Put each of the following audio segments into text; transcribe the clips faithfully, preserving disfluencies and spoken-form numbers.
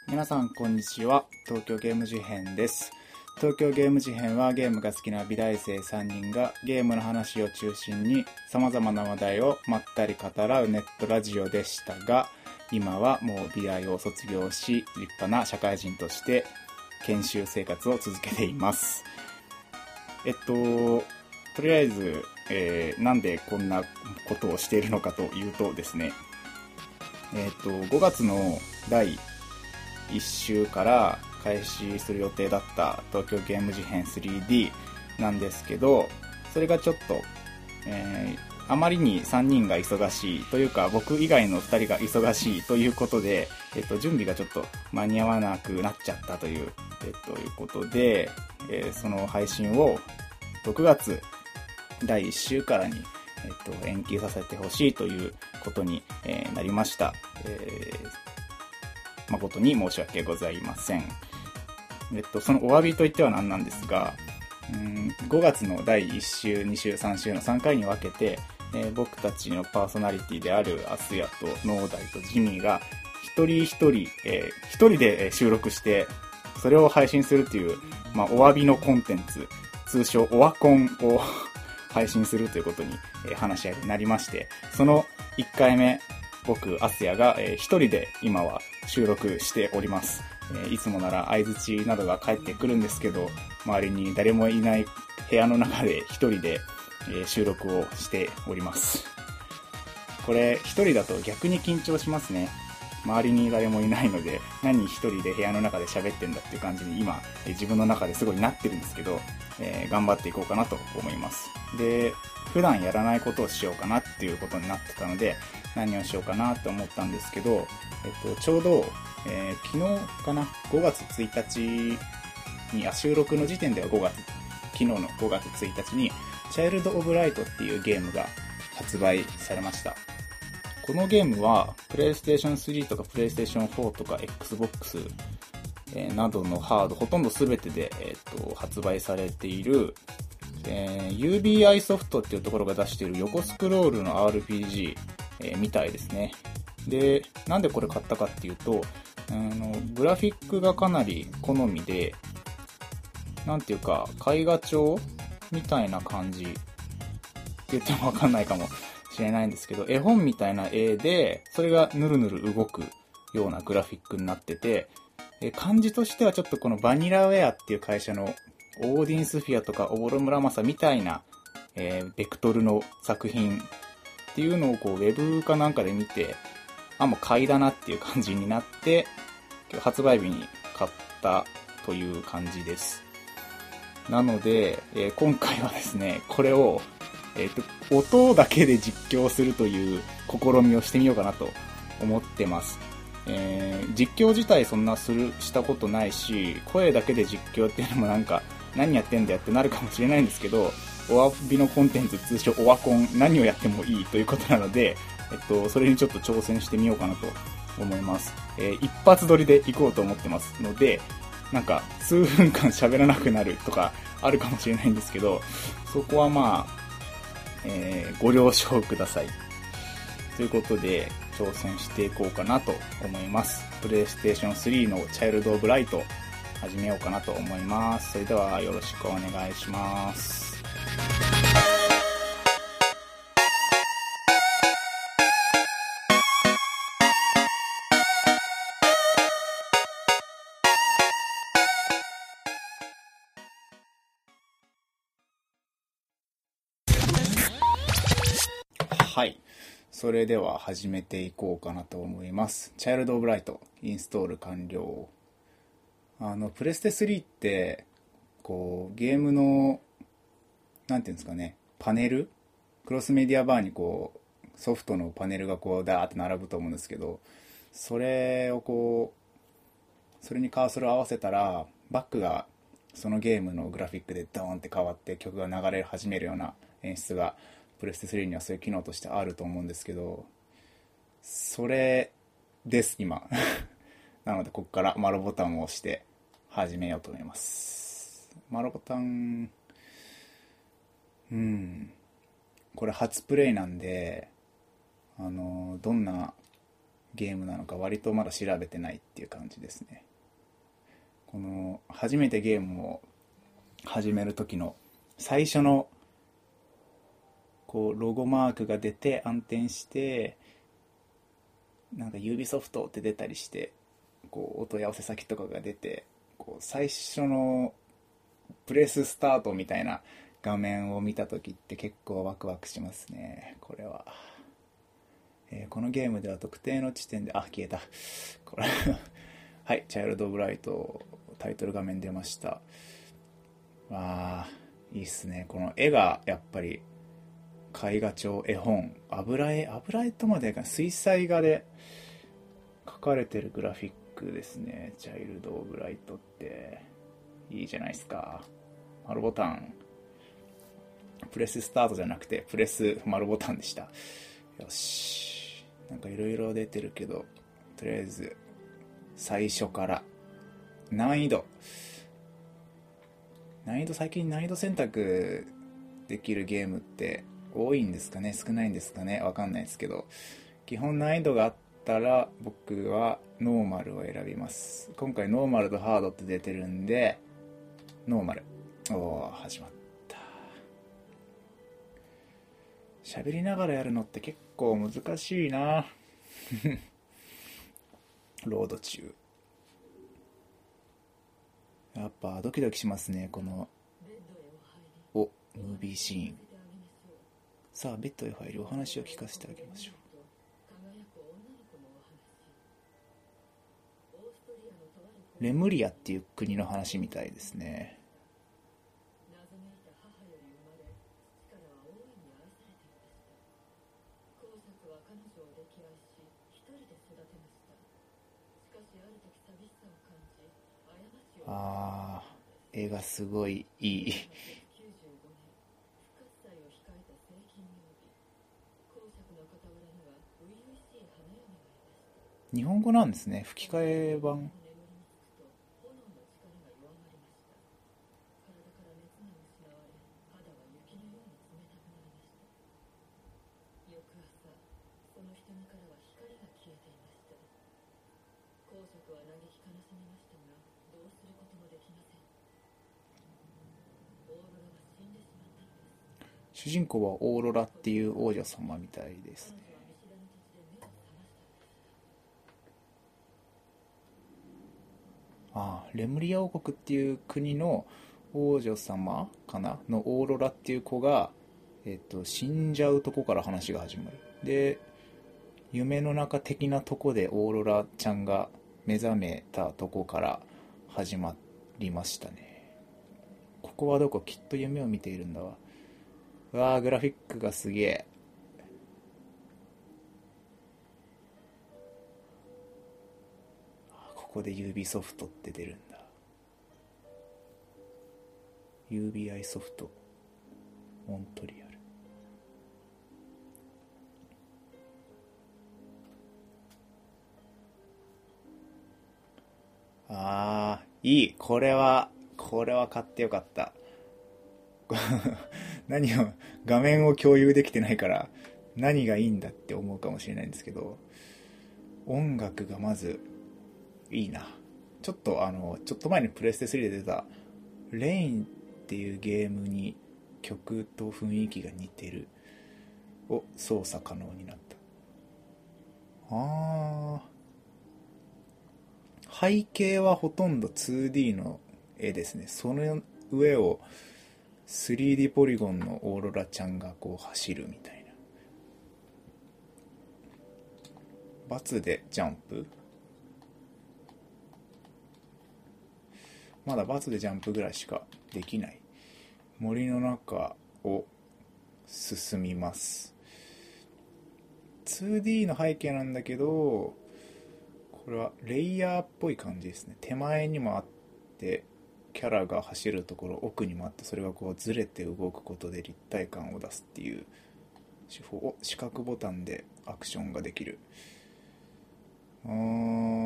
皆さんこんにちは。東京ゲーム事変です。東京ゲーム事変はゲームが好きな美大生さんにんがゲームの話を中心に様々な話題をまったり語らうネットラジオでしたが、今はもう美大を卒業し立派な社会人として研修生活を続けています。えっととりあえず、えー、なんでこんなことをしているのかというとですね、えっとごがつのだいいっ週から開始する予定だった東京ゲーム事変 スリーディー なんですけど、それがちょっと、えー、あまりにさんにんが忙しいというか僕以外のふたりが忙しいということで、えっと、準備がちょっと間に合わなくなっちゃったという、えっと、いうことで、えー、その配信をろくがつだいいっ週からに、えっと、延期させてほしいということに、えー、なりました。えー誠に申し訳ございません。えっと、そのお詫びといっては何なんですが、うーんごがつのだいいっ週、に週、さん週のさんかいに分けて、えー、僕たちのパーソナリティであるアスヤとノーダイとジミーが一人一人、えー、一人で収録して、それを配信するという、まあ、お詫びのコンテンツ、通称オワコンを配信するということに、えー、話し合いになりまして、そのいっかいめ、僕、アスヤが、えー、一人で今は収録しております。えー、いつもなら相槌などが返ってくるんですけど、周りに誰もいない部屋の中で一人で、えー、収録をしております。これ一人だと逆に緊張しますね。周りに誰もいないので、何一人で部屋の中で喋ってんだっていう感じに今、えー、自分の中ですごいなってるんですけど、えー、頑張っていこうかなと思います。で、普段やらないことをしようかなっていうことになってたので、何をしようかなと思ったんですけど、えっと、ちょうど、えー、昨日かな、ごがつついたちに、あ、収録の時点ではごがつ、昨日のごがつついたちに、チャイルド・オブ・ライトっていうゲームが発売されました。このゲームは、プレイステーションスリーとかプレイステーションフォーとか Xbox、えー、などのハード、ほとんど全てで、えー、と発売されている、えー、ユービーアイ ソフトっていうところが出している横スクロールの アールピージー、えー、みたいですね。で、なんでこれ買ったかっていうと、あのグラフィックがかなり好みで、なんていうか絵画帳みたいな感じって言ってもわかんないかもしれないんですけど、絵本みたいな絵でそれがヌルヌル動くようなグラフィックになってて、え感じとしてはちょっとこのバニラウェアっていう会社のオーディンスフィアとかオボロムラマサみたいな、えー、ベクトルの作品っていうのをこうウェブかなんかで見て、あ、もう買いだなっていう感じになって、今日発売日に買ったという感じです。なので、えー、今回はですね、これを、えーと、音だけで実況するという試みをしてみようかなと思ってます。えー、実況自体そんなするしたことないし、声だけで実況っていうのもなんか何やってんだよってなるかもしれないんですけど、お詫びのコンテンツ、通称オワコン、何をやってもいいということなので、えっと、それにちょっと挑戦してみようかなと思います。えー、一発撮りで行こうと思ってますので、なんか数分間喋らなくなるとかあるかもしれないんですけど、そこはまあ、えー、ご了承ください。ということで、挑戦していこうかなと思います。プレイステーションスリーのチャイルド・オブ・ライト、始めようかなと思います。それではよろしくお願いします。はい。それでは始めていこうかなと思います。チャイルド・オブ・ライト、インストール完了。あの、プレステスリーって、こう、ゲームの、なんていうんですかね、パネルクロスメディアバーにこう、ソフトのパネルがこう、ダーって並ぶと思うんですけど、それをこう、それにカーソルを合わせたら、バックがそのゲームのグラフィックでドーンって変わって曲が流れ始めるような演出が、プレステスリーにはそういう機能としてあると思うんですけど、それです今なのでここから丸ボタンを押して始めようと思います。丸ボタン、これ初プレイなんで、あのどんなゲームなのか割とまだ調べてないっていう感じですね。この初めてゲームを始める時の最初のこうロゴマークが出て暗転してなんかユービソフトって出たりしてこうお問い合わせ先とかが出てこう最初のプレススタートみたいな画面を見た時って結構ワクワクしますね。これは、えーこのゲームでは特定の地点であ消えたこれはいチャイルド・オブ・ライトタイトル画面出ました。わあいいっすね。この絵がやっぱり絵画帳絵本油絵油絵とまでか水彩画で描かれてるグラフィックですね。チャイルド・オブ・ライトっていいじゃないですか。丸ボタンプレススタートじゃなくてプレス丸ボタンでした。よしなんかいろいろ出てるけどとりあえず最初から難易度難易度最近難易度選択できるゲームって多いんですかね少ないんですかねわかんないですけど基本難易度があったら僕はノーマルを選びます。今回ノーマルとハードって出てるんでノーマル。おー始まった喋りながらやるのって結構難しいなロード中やっぱドキドキしますねこのおムービーシーン。さあベッドへ入りお話を聞かせてあげましょう。レムリアっていう国の話みたいですね。あー絵がすごいいい日本語なんですね吹き替え版。主人公はオーロラっていう王女様みたいですね。ああレムリア王国っていう国の王女様かなのオーロラっていう子が、えっと、死んじゃうとこから話が始まる。で夢の中的なとこでオーロラちゃんが目覚めたとこから始まりましたね。ここはどこ？きっと夢を見ているんだわ。うわーグラフィックがすげえ。ここで ユービー ソフトって出るんだ。 ユービーアイ ソフトモントリアル。あーいいこれはこれは買ってよかった何を画面を共有できてないから何がいいんだって思うかもしれないんですけど音楽がまずいいな。ちょっとあのちょっと前にプレステスリーで出たレインっていうゲームに曲と雰囲気が似てるを操作可能になった。あー背景はほとんど ツーディー の絵ですね。その上を スリーディー ポリゴンのオーロラちゃんがこう走るみたいな。×でジャンプ。まだ×でジャンプぐらいしかできない。森の中を進みます。ツーディー の背景なんだけどこれはレイヤーっぽい感じですね。手前にもあってキャラが走るところ奥にもあってそれがこうずれて動くことで立体感を出すっていう手法。お四角ボタンでアクションができる。あー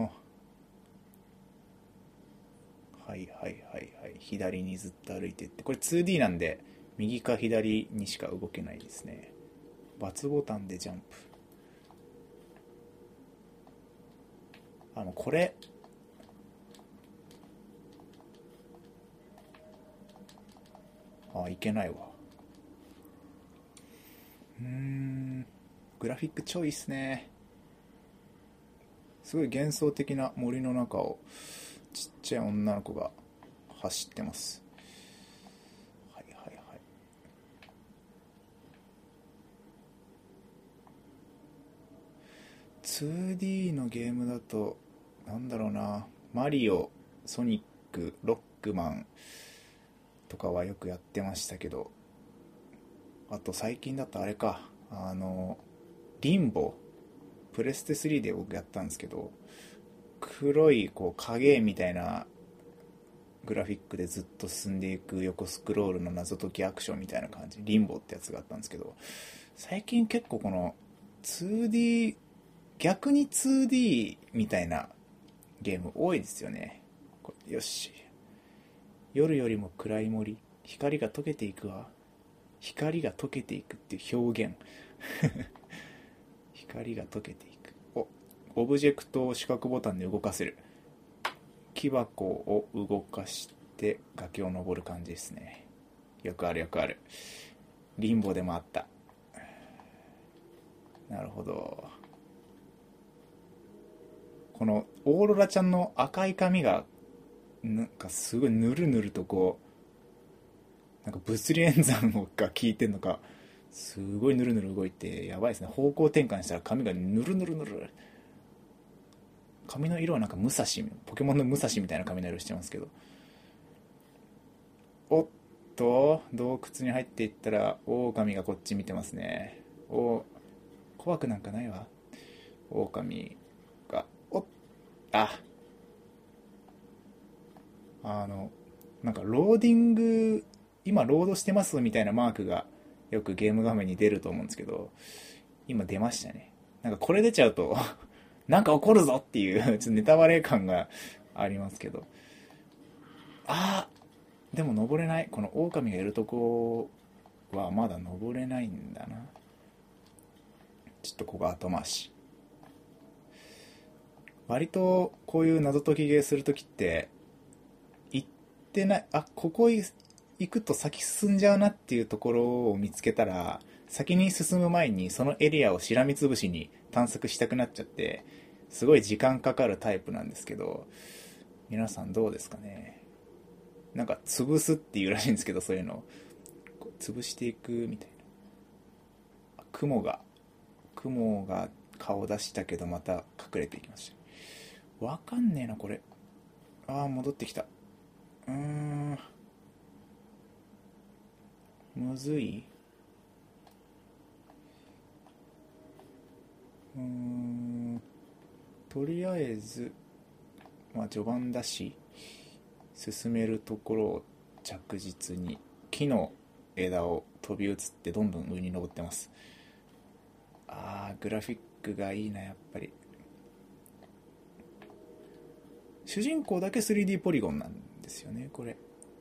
はいはいはいはい左にずっと歩いてってこれ ツーディー なんで右か左にしか動けないですね。×ボタンでジャンプ。 あ、もうこれあ、いけないわ。うーん、グラフィック超いいっすね。すごい幻想的な森の中をちっちゃい女の子が走ってます。はいはいはい。ツーディー のゲームだとなんだろうな、マリオ、ソニック、ロックマンとかはよくやってましたけど、あと最近だとあれか、あのリンボ、プレステスリーで僕やったんですけど、黒いこう影みたいなグラフィックでずっと進んでいく横スクロールの謎解きアクションみたいな感じ、リンボってやつがあったんですけど、最近結構この ツーディー、逆に ツーディー みたいなゲーム多いですよね。これよし、夜よりも暗い森、光が溶けていくわ。光が溶けていくっていう表現光が溶けていく。お、オブジェクトを四角ボタンで動かせる。木箱を動かして崖を登る感じですね。よくあるよくある。リンボでもあった。なるほど。このオーロラちゃんの赤い髪がなんかすごいぬるぬるとこう、なんか物理演算が効いてんのか、すごいぬるぬる動いてやばいですね。方向転換したら髪がぬるぬるぬる。髪の色はなんか武蔵、ポケモンの武蔵みたいな髪の色してますけど。おっと、洞窟に入っていったら狼がこっち見てますね。お、怖くなんかないわ。狼が、おっ、あ、あの、なんかローディング、今ロードしてますみたいなマークがよくゲーム画面に出ると思うんですけど、今出ましたね。なんかこれ出ちゃうとなんか起こるぞっていうちょっとネタバレ感がありますけど、あー、でも登れない。この狼がいるとこはまだ登れないんだな。ちょっとここ後回し。割とこういう謎解きゲーするときって行ってない、あ、ここ行くと先進んじゃうなっていうところを見つけたら、先に進む前にそのエリアをしらみつぶしに探索したくなっちゃって、すごい時間かかるタイプなんですけど、皆さんどうですかね。なんか潰すっていうらしいんですけど、そういうのをこう潰していくみたいな。雲が雲が顔出したけどまた隠れていきました。わかんねえなこれ。ああ、戻ってきた。うーん、むずい。うーん、とりあえずまあ序盤だし進めるところを着実に。木の枝を飛び移ってどんどん上に登ってます。あー、グラフィックがいいな。やっぱり主人公だけ スリーディー ポリゴンなんですよねこれ。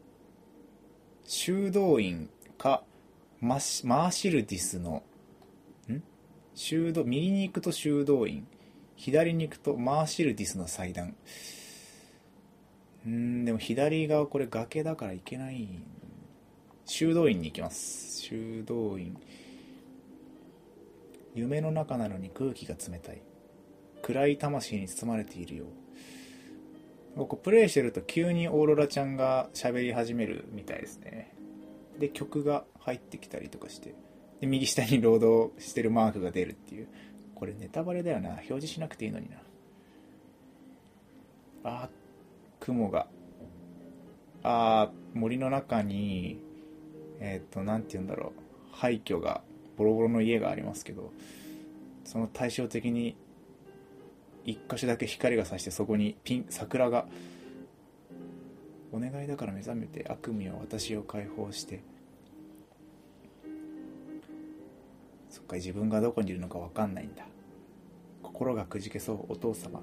修道院かマシマーシルディスのん修道、右に行くと修道院、左に行くとマーシルディスの祭壇。うーん、でも左側これ崖だから行けない。修道院に行きます。修道院。夢の中なのに空気が冷たい。暗い魂に包まれているよ。僕プレイしてると急にオーロラちゃんが喋り始めるみたいですね。で曲が入ってきたりとかして、で右下にロードしてるマークが出るっていう。これネタバレだよな、表示しなくていいのにな。あー、雲が、あー、森の中にえっとなんて言うんだろう、廃墟が、ボロボロの家がありますけど、その対照的に一箇所だけ光が差して、そこにピン桜が、お願いだから目覚めて、悪夢は私を解放して。そっか、自分がどこにいるのか分かんないんだ。心がくじけそう、お父様。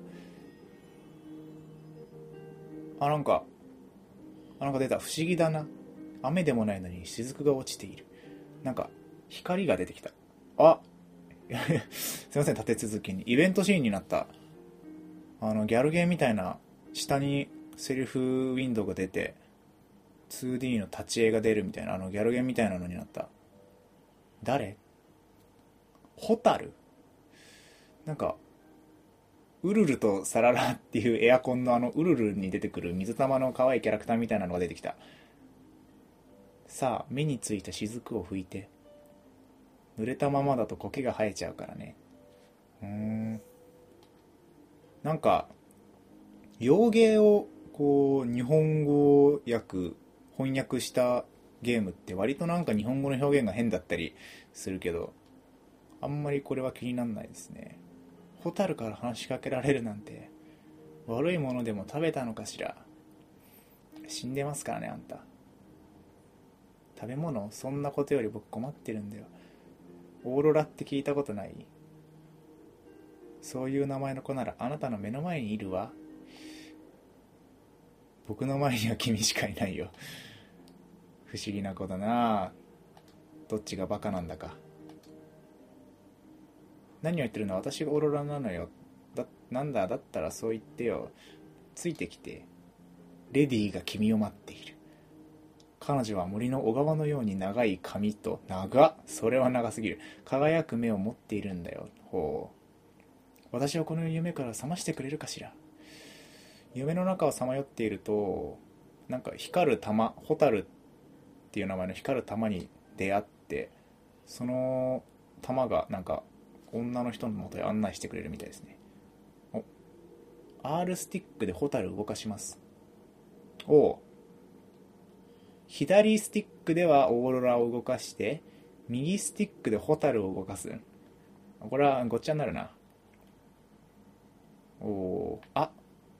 あ、なんかあ、なんか出た。不思議だな。雨でもないのに雫が落ちている。なんか光が出てきた。あすいません、立て続けにイベントシーンになった。 あのギャルゲーみたいな下にセリフウィンドウが出て ツーディー の立ち絵が出るみたいな、あのギャルゲーみたいなのになった。誰？ホタル？なんかウルルとサララっていうエアコンのあのウルルに出てくる水玉の可愛いキャラクターみたいなのが出てきた。さあ目についた雫を拭いて。濡れたままだと苔が生えちゃうからね。うーん。なんか洋芸をこう日本語訳翻訳したゲームって割となんか日本語の表現が変だったりするけど、あんまりこれは気にならないですね。ホタルから話しかけられるなんて、悪いものでも食べたのかしら。死んでますからね、あんた。食べ物？そんなことより僕困ってるんだよ。オーロラって聞いたことない？そういう名前の子ならあなたの目の前にいるわ。僕の前には君しかいないよ。不思議な子だな。どっちがバカなんだか。何を言ってるの？私がオーロラなのよ。だ、なんだ、だったらそう言ってよ。ついてきて。レディーが君を待っている。彼女は森の小川のように長い髪と、長っ、それは長すぎる。輝く目を持っているんだよ。ほう。私をこの夢から覚ましてくれるかしら。夢の中をさまよっていると、なんか光る玉、ホタルっていう名前の光る玉に出会って、その玉がなんか女の人の元へ案内してくれるみたいですね。お、R スティックでホタル動かします。おう。左スティックではオーロラを動かして、右スティックでホタルを動かす。これはごっちゃになるな。おー、あ、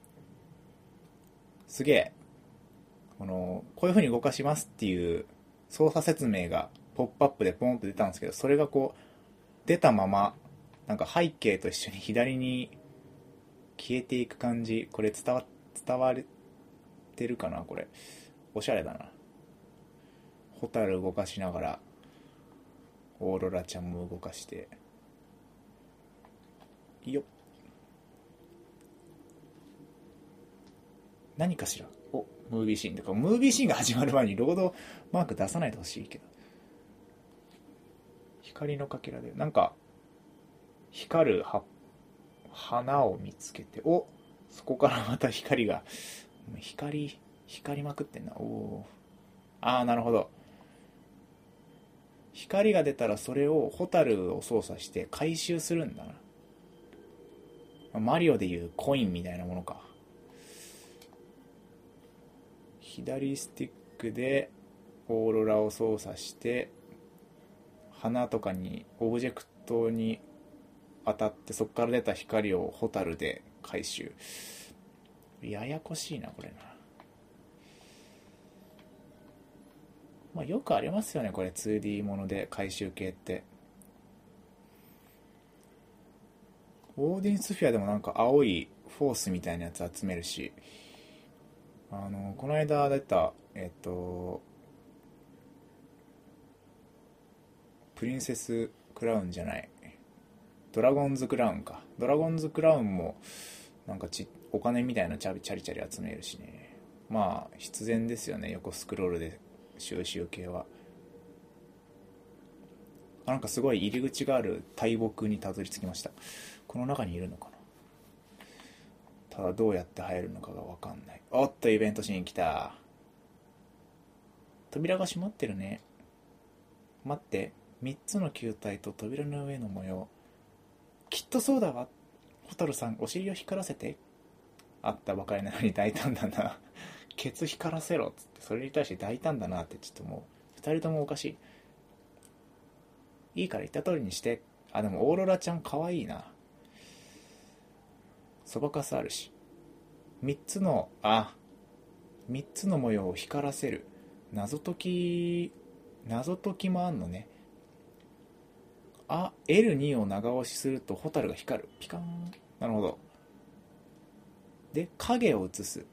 すげえ。この、こういう風に動かしますっていう操作説明がポップアップでポンと出たんですけど、それがこう、出たまま、なんか背景と一緒に左に消えていく感じ。これ伝わ、伝わってるかなこれ。おしゃれだな。ホタル動かしながら、オーロラちゃんも動かして。いいよ。何かしら。お、ムービーシーン。だからムービーシーンが始まる前にロードマーク出さないでほしいけど。光のかけらで、なんか、光る葉、花を見つけて、お、そこからまた光が、光、光りまくってんな。おお。ああ、なるほど。光が出たらそれをホタルを操作して回収するんだな。マリオでいうコインみたいなものか。左スティックでオーロラを操作して花とかにオブジェクトに当たってそこから出た光をホタルで回収。ややこしいなこれな。まあよくありますよねこれ ツーディー もので回収系って。オーディンスフィアでもなんか青いフォースみたいなやつ集めるし、あのこの間出たえっとプリンセスクラウンじゃないドラゴンズクラウンか。ドラゴンズクラウンもなんかちお金みたいなチャリチャリチャリ集めるしね。まあ必然ですよね横スクロールで収集系は。あ、なんかすごい入り口がある大木にたどり着きました。この中にいるのかな。ただどうやって入るのかが分かんない。おっとイベントしに来た。扉が閉まってるね。待って、みっつの球体と扉の上の模様。きっとそうだわ。ホタルさんお尻を光らせて。あったばかりなのに大胆だな。ケツ光らせろっつって、それに対して大胆だなってちょっともうふたりともおかしい。いいから言った通りにして。あ、でもオーロラちゃんかわいいな。そばかすあるし。みっつの、あ、みっつの模様を光らせる。謎解き、謎解きもあんのね。あ、エルに を長押しするとホタルが光る。ピカーン。なるほど。で、影を映す。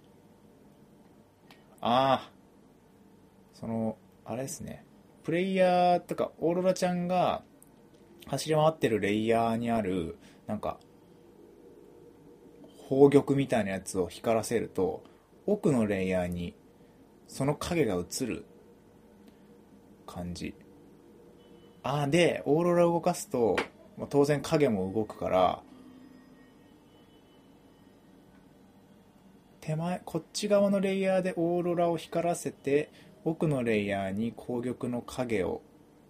ああ、その、あれですね。プレイヤーとか、オーロラちゃんが走り回ってるレイヤーにある、なんか、 宝玉みたいなやつを光らせると奥のレイヤーにその影が映る感じ。あーでオーロラを動かすと、まあ、当然影も動くから手前こっち側のレイヤーでオーロラを光らせて奥のレイヤーに光玉の影を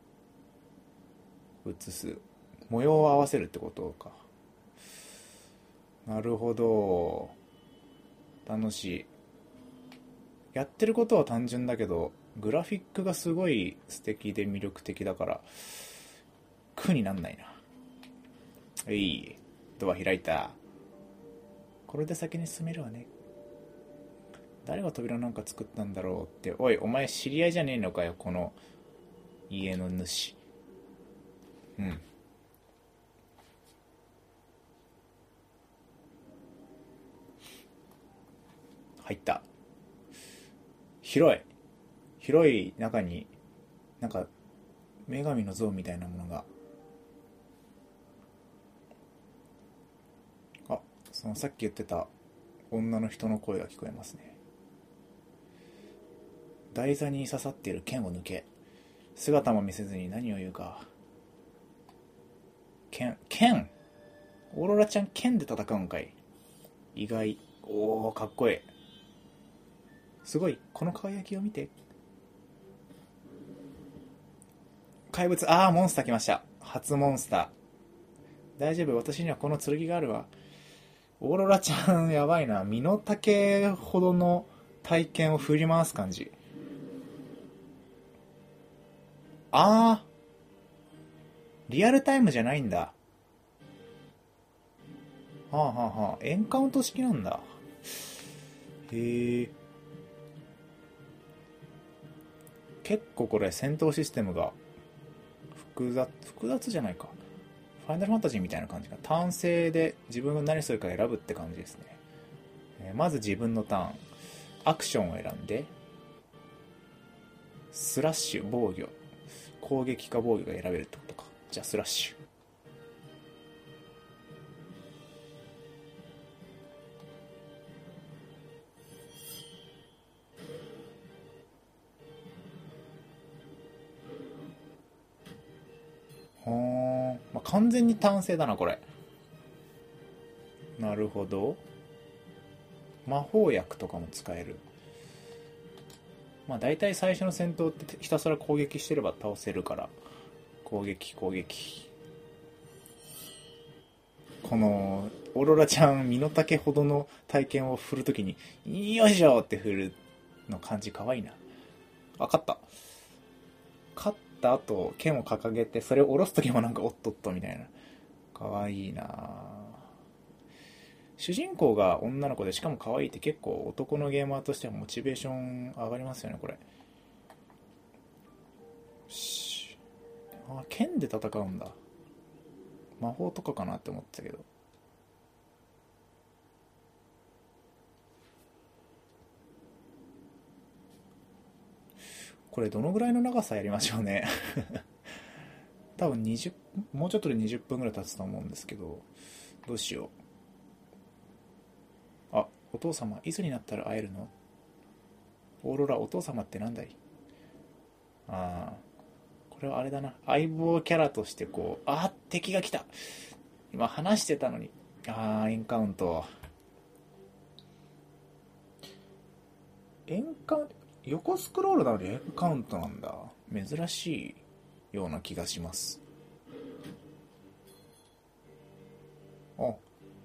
映す、模様を合わせるってことか。なるほど、楽しい。やってることは単純だけどグラフィックがすごい素敵で魅力的だから苦になんないな。えい、ドア開いた。これで先に進めるわね。誰が扉なんか作ったんだろうって。おい、お前知り合いじゃねえのかよ、この家の主。うん。入った。広い。広い中に、なんか、女神の像みたいなものが。あ、そのさっき言ってた女の人の声が聞こえますね。台座に刺さっている剣を抜け。姿も見せずに何を言うか。剣、剣オーロラちゃん剣で戦うんかい。意外。おー、かっこいい。すごい。この輝きを見て。怪物、あー、モンスター来ました。初モンスター。大丈夫、私にはこの剣があるわ。オーロラちゃんやばいな。身の丈ほどの体験を振り回す感じ。あー、リアルタイムじゃないんだ。はあはあはあ、エンカウント式なんだ。へえ。結構これ戦闘システムが複雑、複雑じゃないか。ファイナルファンタジーみたいな感じか。ターン制で自分が何するか選ぶって感じですね。えーまず自分のターン。アクションを選んで、スラッシュ、防御。攻撃か防御が選べるってことか。じゃあスラッシュ。はあ、まあ、完全に単性だなこれ。なるほど。魔法薬とかも使える。まあ大体最初の戦闘ってひたすら攻撃してれば倒せるから、攻撃攻撃。このオーロラちゃん身の丈ほどの体験を振るときによいしょって振るの感じかわいいな。あ、勝った。勝った後剣を掲げてそれを下ろすときもなんかおっとっとみたいな。かわいいな。主人公が女の子でしかも可愛いって結構男のゲーマーとしてはモチベーション上がりますよねこれ。しあ、剣で戦うんだ。魔法とかかなって思ってたけど。これどのぐらいの長さやりましょうね。多分にじゅう、もうちょっとでにじゅっぷんぐらい経つと思うんですけど、どうしよう。あ、お父様いつになったら会えるの？オーロラ、お父様ってなんだい？ああ、これはあれだな、相棒キャラとしてこう、あ、敵が来た、今話してたのに。ああ、エンカウント。エンカウント、横スクロールなのにエンカウントなんだ。珍しいような気がします。あ、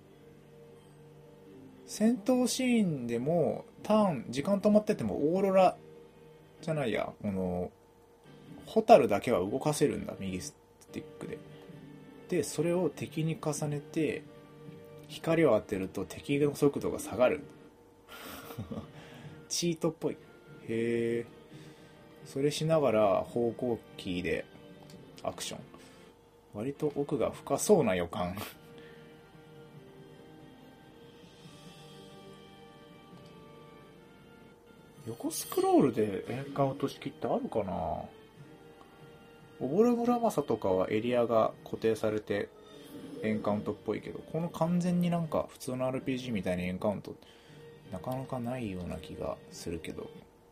戦闘シーンでもターン時間止まっててもオーロラじゃないや、このホタルだけは動かせるんだ、右スティックで。でそれを敵に重ねて光を当てると敵の速度が下がる。チートっぽい。へえ。それしながら方向キーでアクション。割と奥が深そうな予感。横スクロールでエンカウント式ってあるかな。オボルブラマサとかはエリアが固定されてエンカウントっぽいけど、この完全になんか普通の アールピージー みたいなエンカウントなかなかないような気がするけど、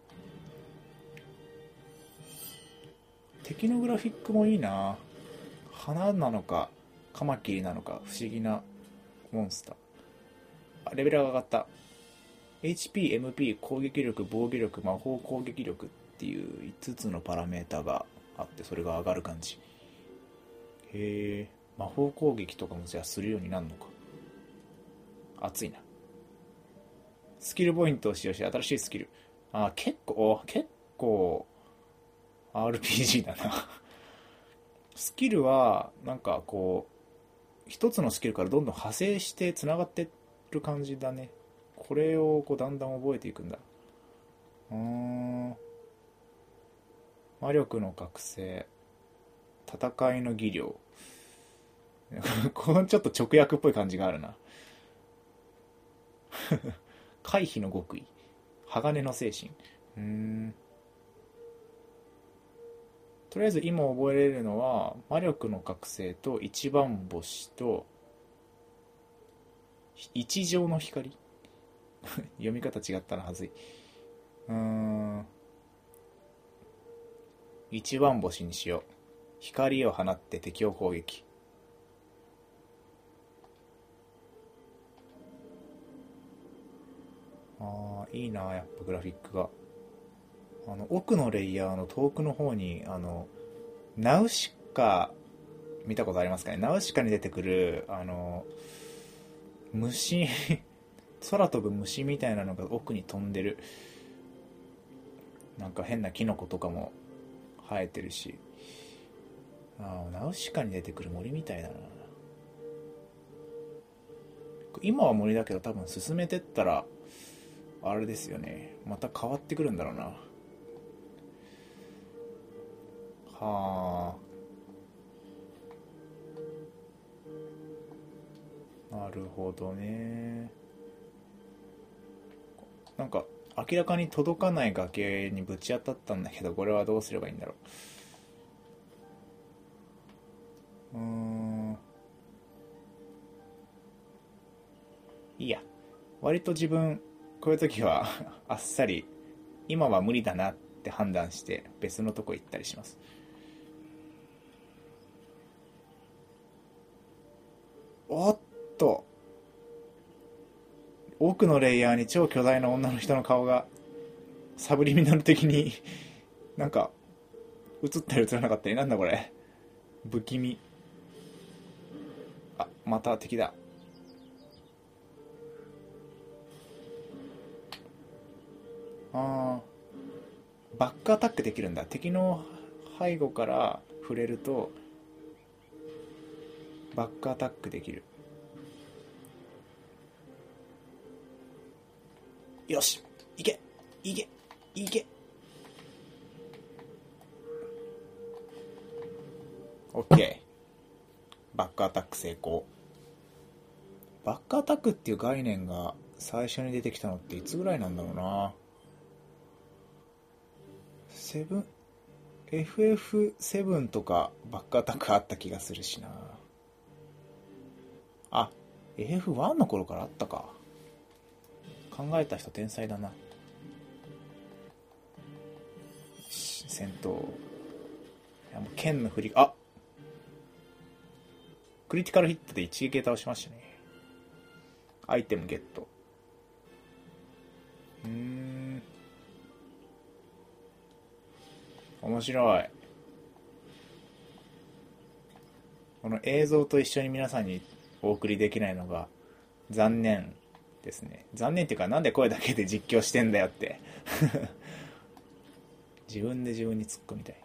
敵のグラフィックもいいな。花なのかカマキリなのか不思議なモンスター。あ、レベルが上がった。 エイチピー、エムピー、攻撃力、防御力、魔法攻撃力っていういつつのパラメータがあって、それが上がる感じ。へえ、魔法攻撃とかもじゃあするようになるのか。熱いな。スキルポイントを使用して新しいスキル。あ、結構結構 アールピージー だな。スキルはなんかこう一つのスキルからどんどん派生してつながってる感じだね。これをこうだんだん覚えていくんだ。うーん。魔力の覚醒、戦いの技量。このちょっと直訳っぽい感じがあるな。回避の極意、鋼の精神。うーん。とりあえず今覚えれるのは魔力の覚醒と一番星と一条の光。読み方違ったらはずい。うーん。一番星にしよう。光を放って敵を攻撃。あー、いいな、やっぱグラフィックが。あの奥のレイヤーの遠くの方にあのナウシカ見たことありますかね。ナウシカに出てくるあの虫空飛ぶ虫みたいなのが奥に飛んでる。なんか変なキノコとかも生えてるし、ああ、ナウシカに出てくる森みたいだな。今は森だけど多分進めてったらあれですよね、また変わってくるんだろうな。はあ、なるほどね。なんか明らかに届かない崖にぶち当たったんだけど、これはどうすればいいんだろう。うーん、いいや。割と自分こういう時はあっさり今は無理だなって判断して別のとこ行ったりします。おっと、奥のレイヤーに超巨大な女の人の顔がサブリミナル的になんか映ったり映らなかったり、なんだこれ、不気味。あ、また敵だ。あー、バックアタックできるんだ。敵の背後から触れるとバックアタックできる。よし、いけいけいけ。オッケー、バックアタック成功。バックアタックっていう概念が最初に出てきたのっていつぐらいなんだろうな。セブン エフエフセブン とかバックアタックあった気がするしな。あ、エフエフワン の頃からあったか。考えた人天才だな。戦闘、いやもう剣の振り、あ、クリティカルヒットで一撃倒しましたね。アイテムゲット。うーん、面白い。この映像と一緒に皆さんにお送りできないのが残念ですね。残念っていうか、なんで声だけで実況してんだよって自分で自分に突っ込みたい。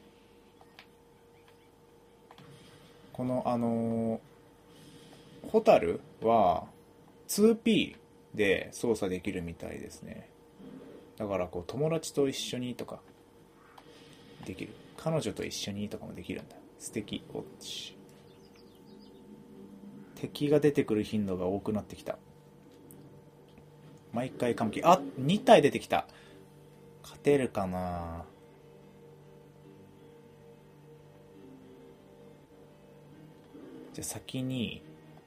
このあのー、ホタルは ツーピー で操作できるみたいですね。だからこう友達と一緒にとかできる、彼女と一緒にとかもできるんだ。素敵。おっち、敵が出てくる頻度が多くなってきた。毎回カムキ、あ、に体出てきた。勝てるかな。 じゃあ先に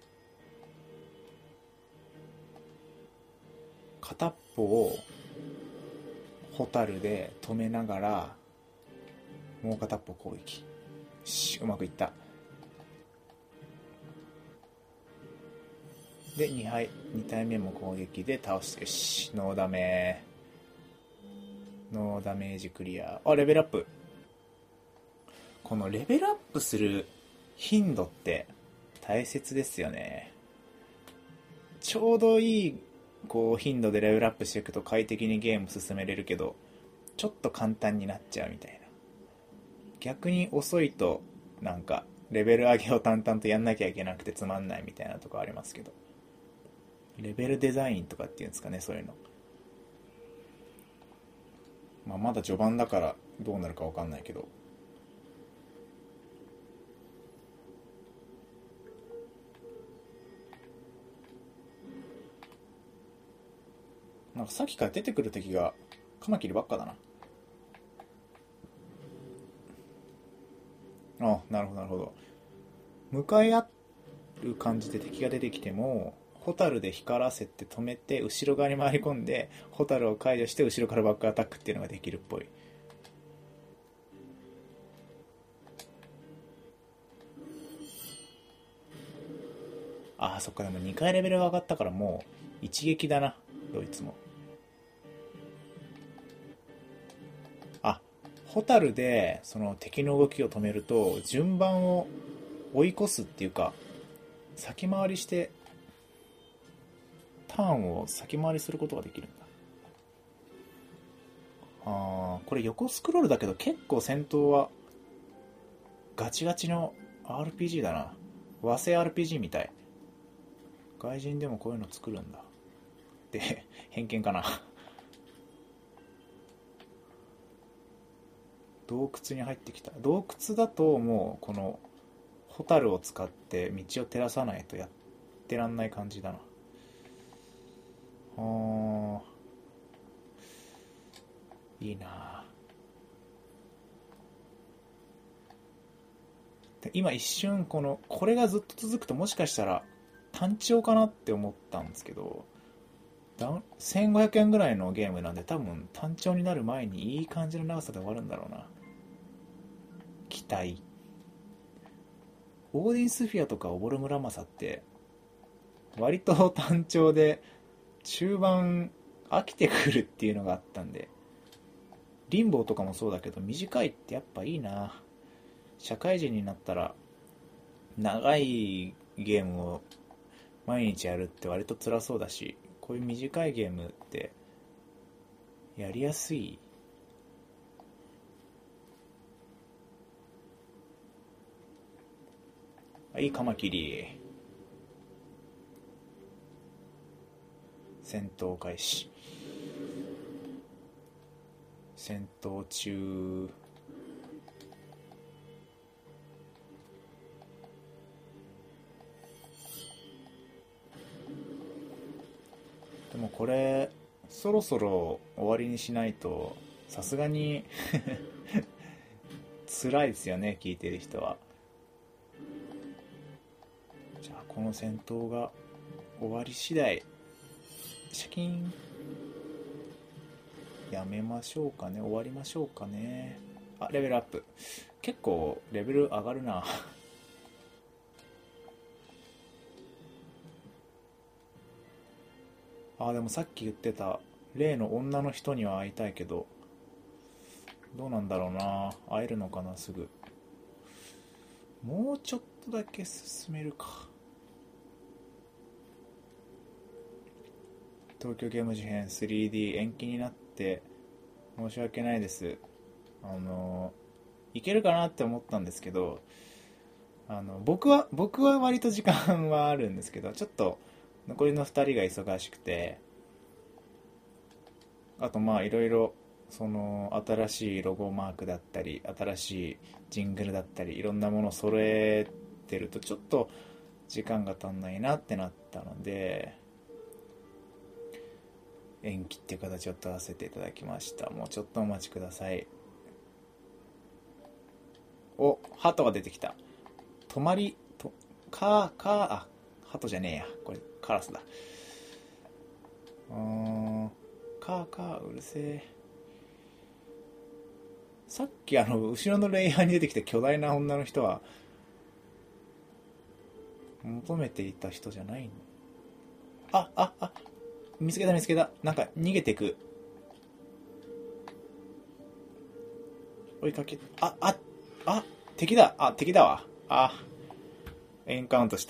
片っぽをホタルで止めながら、もう片っぽ攻撃。し、うまくいった。でにはいに体目も攻撃で倒して、よし、ノーダメノーダメージクリア。あ、レベルアップ。このレベルアップする頻度って大切ですよね。ちょうどいいこう頻度でレベルアップしていくと快適にゲーム進めれるけど、ちょっと簡単になっちゃうみたいな。逆に遅いとなんかレベル上げを淡々とやんなきゃいけなくてつまんないみたいなとこありますけど、レベルデザインとかっていうんですかね、そういうの。まあまだ序盤だからどうなるか分かんないけど、なんかさっきから出てくる敵がカマキリばっかだな。あ、なるほどなるほど。向かい合う感じで敵が出てきても、ホタルで光らせて止めて後ろ側に回り込んでホタルを解除して後ろからバックアタックっていうのができるっぽい。ああ、そっか。でもにかいレベルが上がったからもう一撃だな、どいつも。あ、ホタルでその敵の動きを止めると順番を追い越すっていうか、先回りしてターンを先回りすることができるんだ。あー、これ横スクロールだけど結構戦闘はガチガチの アールピージー だな。和製 アールピージー みたい。外人でもこういうの作るんだって偏見かな。洞窟に入ってきた。洞窟だともうこのホタルを使って道を照らさないとやってらんない感じだな。あー、いいな。で今一瞬このこれがずっと続くともしかしたら単調かなって思ったんですけど、せんごひゃくえんぐらいのゲームなんで多分単調になる前にいい感じの長さで終わるんだろうな。期待。オーディンスフィアとかオボルムラマサって割と単調で中盤飽きてくるっていうのがあったんで、リンボーとかもそうだけど短いってやっぱいいな。社会人になったら長いゲームを毎日やるって割と辛そうだし、こういう短いゲームってやりやすい。いいカマキリ。戦闘開始。戦闘中。でもこれそろそろ終わりにしないとさすがに辛いですよね、聞いてる人は。じゃあこの戦闘が終わり次第シャキーンやめましょうかね、終わりましょうかね。あ、レベルアップ。結構レベル上がるな。あ、でもさっき言ってた例の女の人には会いたいけど、どうなんだろうな。会えるのかな、すぐ。もうちょっとだけ進めるか。東京ゲーム事変 スリーディー 延期になって申し訳ないです。あのいけるかなって思ったんですけど、あの僕は僕は割と時間はあるんですけど、ちょっと残りのふたりが忙しくて、あとまあいろいろその新しいロゴマークだったり新しいジングルだったりいろんなものを揃えてるとちょっと時間が足んないなってなったので、延期っていう形を取らせていただきました。もうちょっとお待ちください。お、ハトが出てきた。泊まりとカー、カー、あ、鳩じゃねえや。これ、カラスだ。うーん、カー、カー、うるせえ。さっきあの、後ろのレイヤーに出てきた巨大な女の人は、求めていた人じゃないの？あ、あ、あ、見つけた見つけた。なんか逃げてく。追いかけ、あ、あ、あ、敵だ。あ、敵だわ。あ、エンカウントした。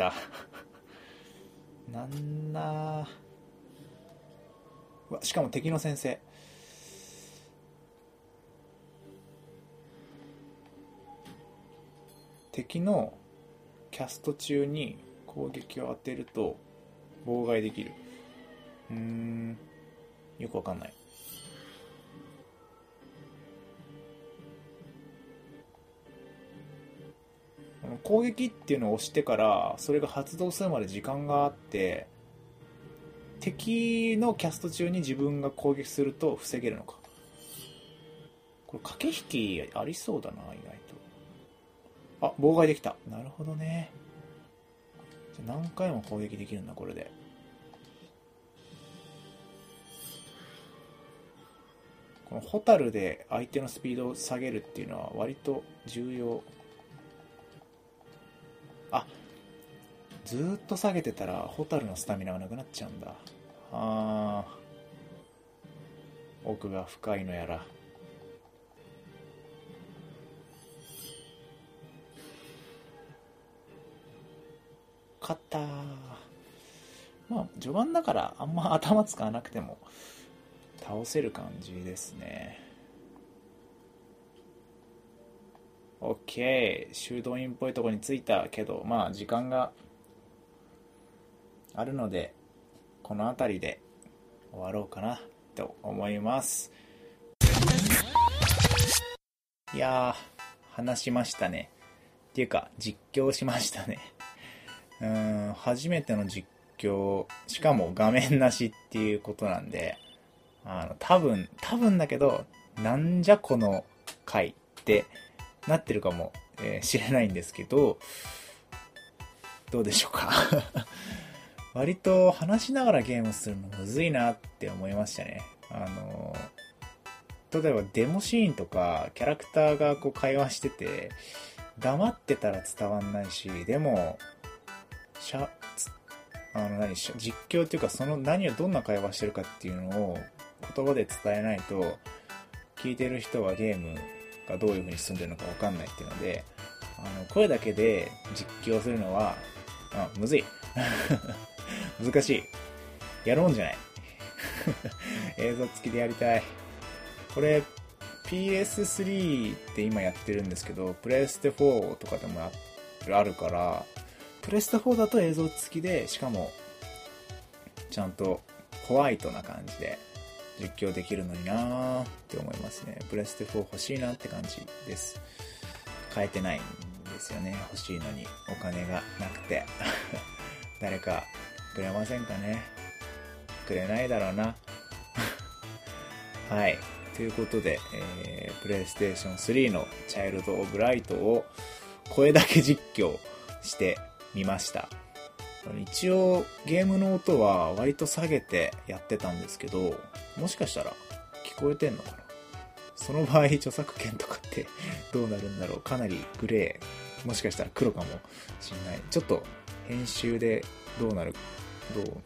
なんなうわ、しかも敵の先生。敵のキャスト中に攻撃を当てると妨害できる。うーん、よくわかんない。攻撃っていうのを押してからそれが発動するまで時間があって、敵のキャスト中に自分が攻撃すると防げるのか。これ駆け引きありそうだな、意外と。あ、妨害できた。なるほどね。じゃあ何回も攻撃できるんだ、これで。このホタルで相手のスピードを下げるっていうのは割と重要。あ、ずーっと下げてたらホタルのスタミナがなくなっちゃうんだ。あー、奥が深いのやら。勝ったー。まあ序盤だからあんま頭使わなくても倒せる感じですね。オッケー、修道院っぽいとこに着いたけど、まあ時間があるのでこの辺りで終わろうかなと思います。いやー、話しましたね。っていうか実況しましたね。うーん、初めての実況、しかも画面なしっていうことなんで、あの多分多分だけど、なんじゃこの回ってなってるかも、えー、知れないんですけど、どうでしょうか。割と話しながらゲームするのむずいなって思いましたね。あの例えばデモシーンとかキャラクターがこう会話してて黙ってたら伝わんないし、でもしゃあの何実況っていうか、その何をどんな会話してるかっていうのを言葉で伝えないと聞いてる人はゲームがどういう風に進んでるのか分かんないっていうので、あの声だけで実況するのはあむずい。難しい。やるもんじゃない。映像付きでやりたい。これ ピーエススリー って今やってるんですけど、プレステフォーとかでもあるから、プレステフォーだと映像付きで、しかもちゃんとホワイトな感じで実況できるのになーって思いますね。プレステフォー欲しいなって感じです。買えてないんですよね。欲しいのにお金がなくて。誰かくれませんかね。くれないだろうな。はい。ということで、えー、プレイステーションスリーのチャイルド・オブ・ライトを声だけ実況してみました。一応ゲームの音は割と下げてやってたんですけど、もしかしたら聞こえてんのかな。その場合著作権とかってどうなるんだろう。かなりグレー、もしかしたら黒かもしんない。ちょっと編集でどうなる、どう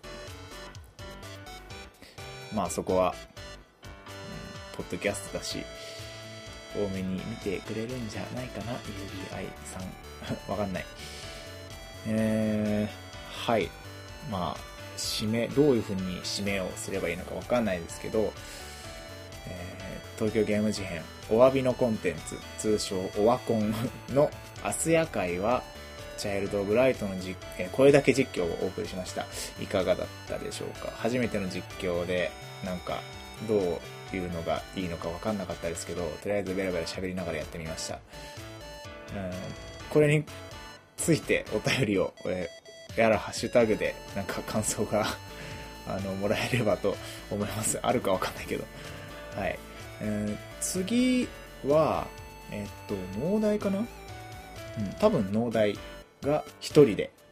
まあそこは、うん、ポッドキャストだし多めに見てくれるんじゃないかな。 ユービーアイ さんわかんない。えー、はい。まあ締め、どういう風に締めをすればいいのかわかんないですけど、えー、東京ゲーム事変お詫びのコンテンツ、通称オワコンの明日夜会はチャイルド・オブ・ライトの実、えー、声だけ実況をお送りしました。いかがだったでしょうか。初めての実況でなんかどういうのがいいのか分かんなかったですけど、とりあえずベラベラ喋りながらやってみました。うん、これについてお便りを、えー、やらハッシュタグでなんか感想があのもらえればと思います。あるか分かんないけど、はい。えー、次はえー、っと農大かな、うん、多分農大が一人で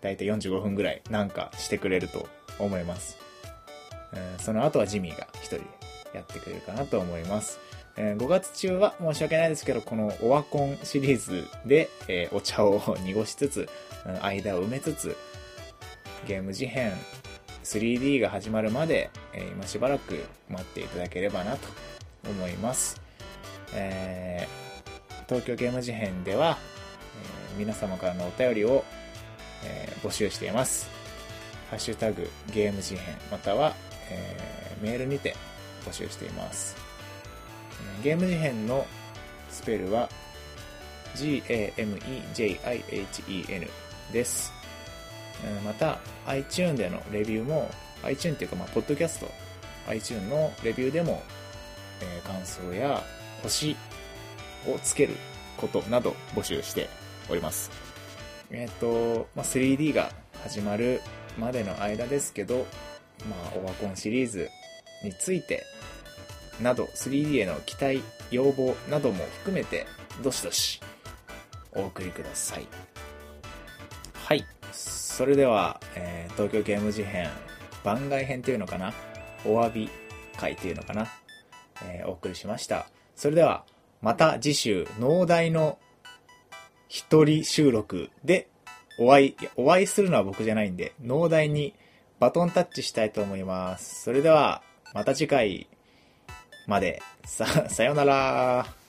だいたいよんじゅうごふんぐらいなんかしてくれると思います。うん、その後はジミーが一人やってくれるかなと思います。えー、ごがつ中は申し訳ないですけど、このオワコンシリーズで、えー、お茶を濁しつつ、うん、間を埋めつつ、ゲーム事変 スリーディー が始まるまで、えー、今しばらく待っていただければなと思います。えー、東京ゲーム事変では、えー、皆様からのお便りを、えー、募集しています。ハッシュタグゲーム事変または、えー、メールにて募集しています。ゲーム事変のスペルは ジーエーエムイージェイアイエイチイーエヌ です。また iTunes でのレビューも iTunes っていうかまあポッドキャスト iTunes のレビューでも、えー、感想や星をつけることなど募集しております。えっと、まあ、スリーディー が始まるまでの間ですけど、まあ、オワコンシリーズについてなど スリーディー への期待要望なども含めてどしどしお送りください。はい、それでは、えー、東京ゲーム事変番外編というのかな、お詫び会というのかな、えー、お送りしました。それではまた次週農大の一人収録でお会いお会いするのは僕じゃないんで、農大にバトンタッチしたいと思います。それではまた次回までささよなら。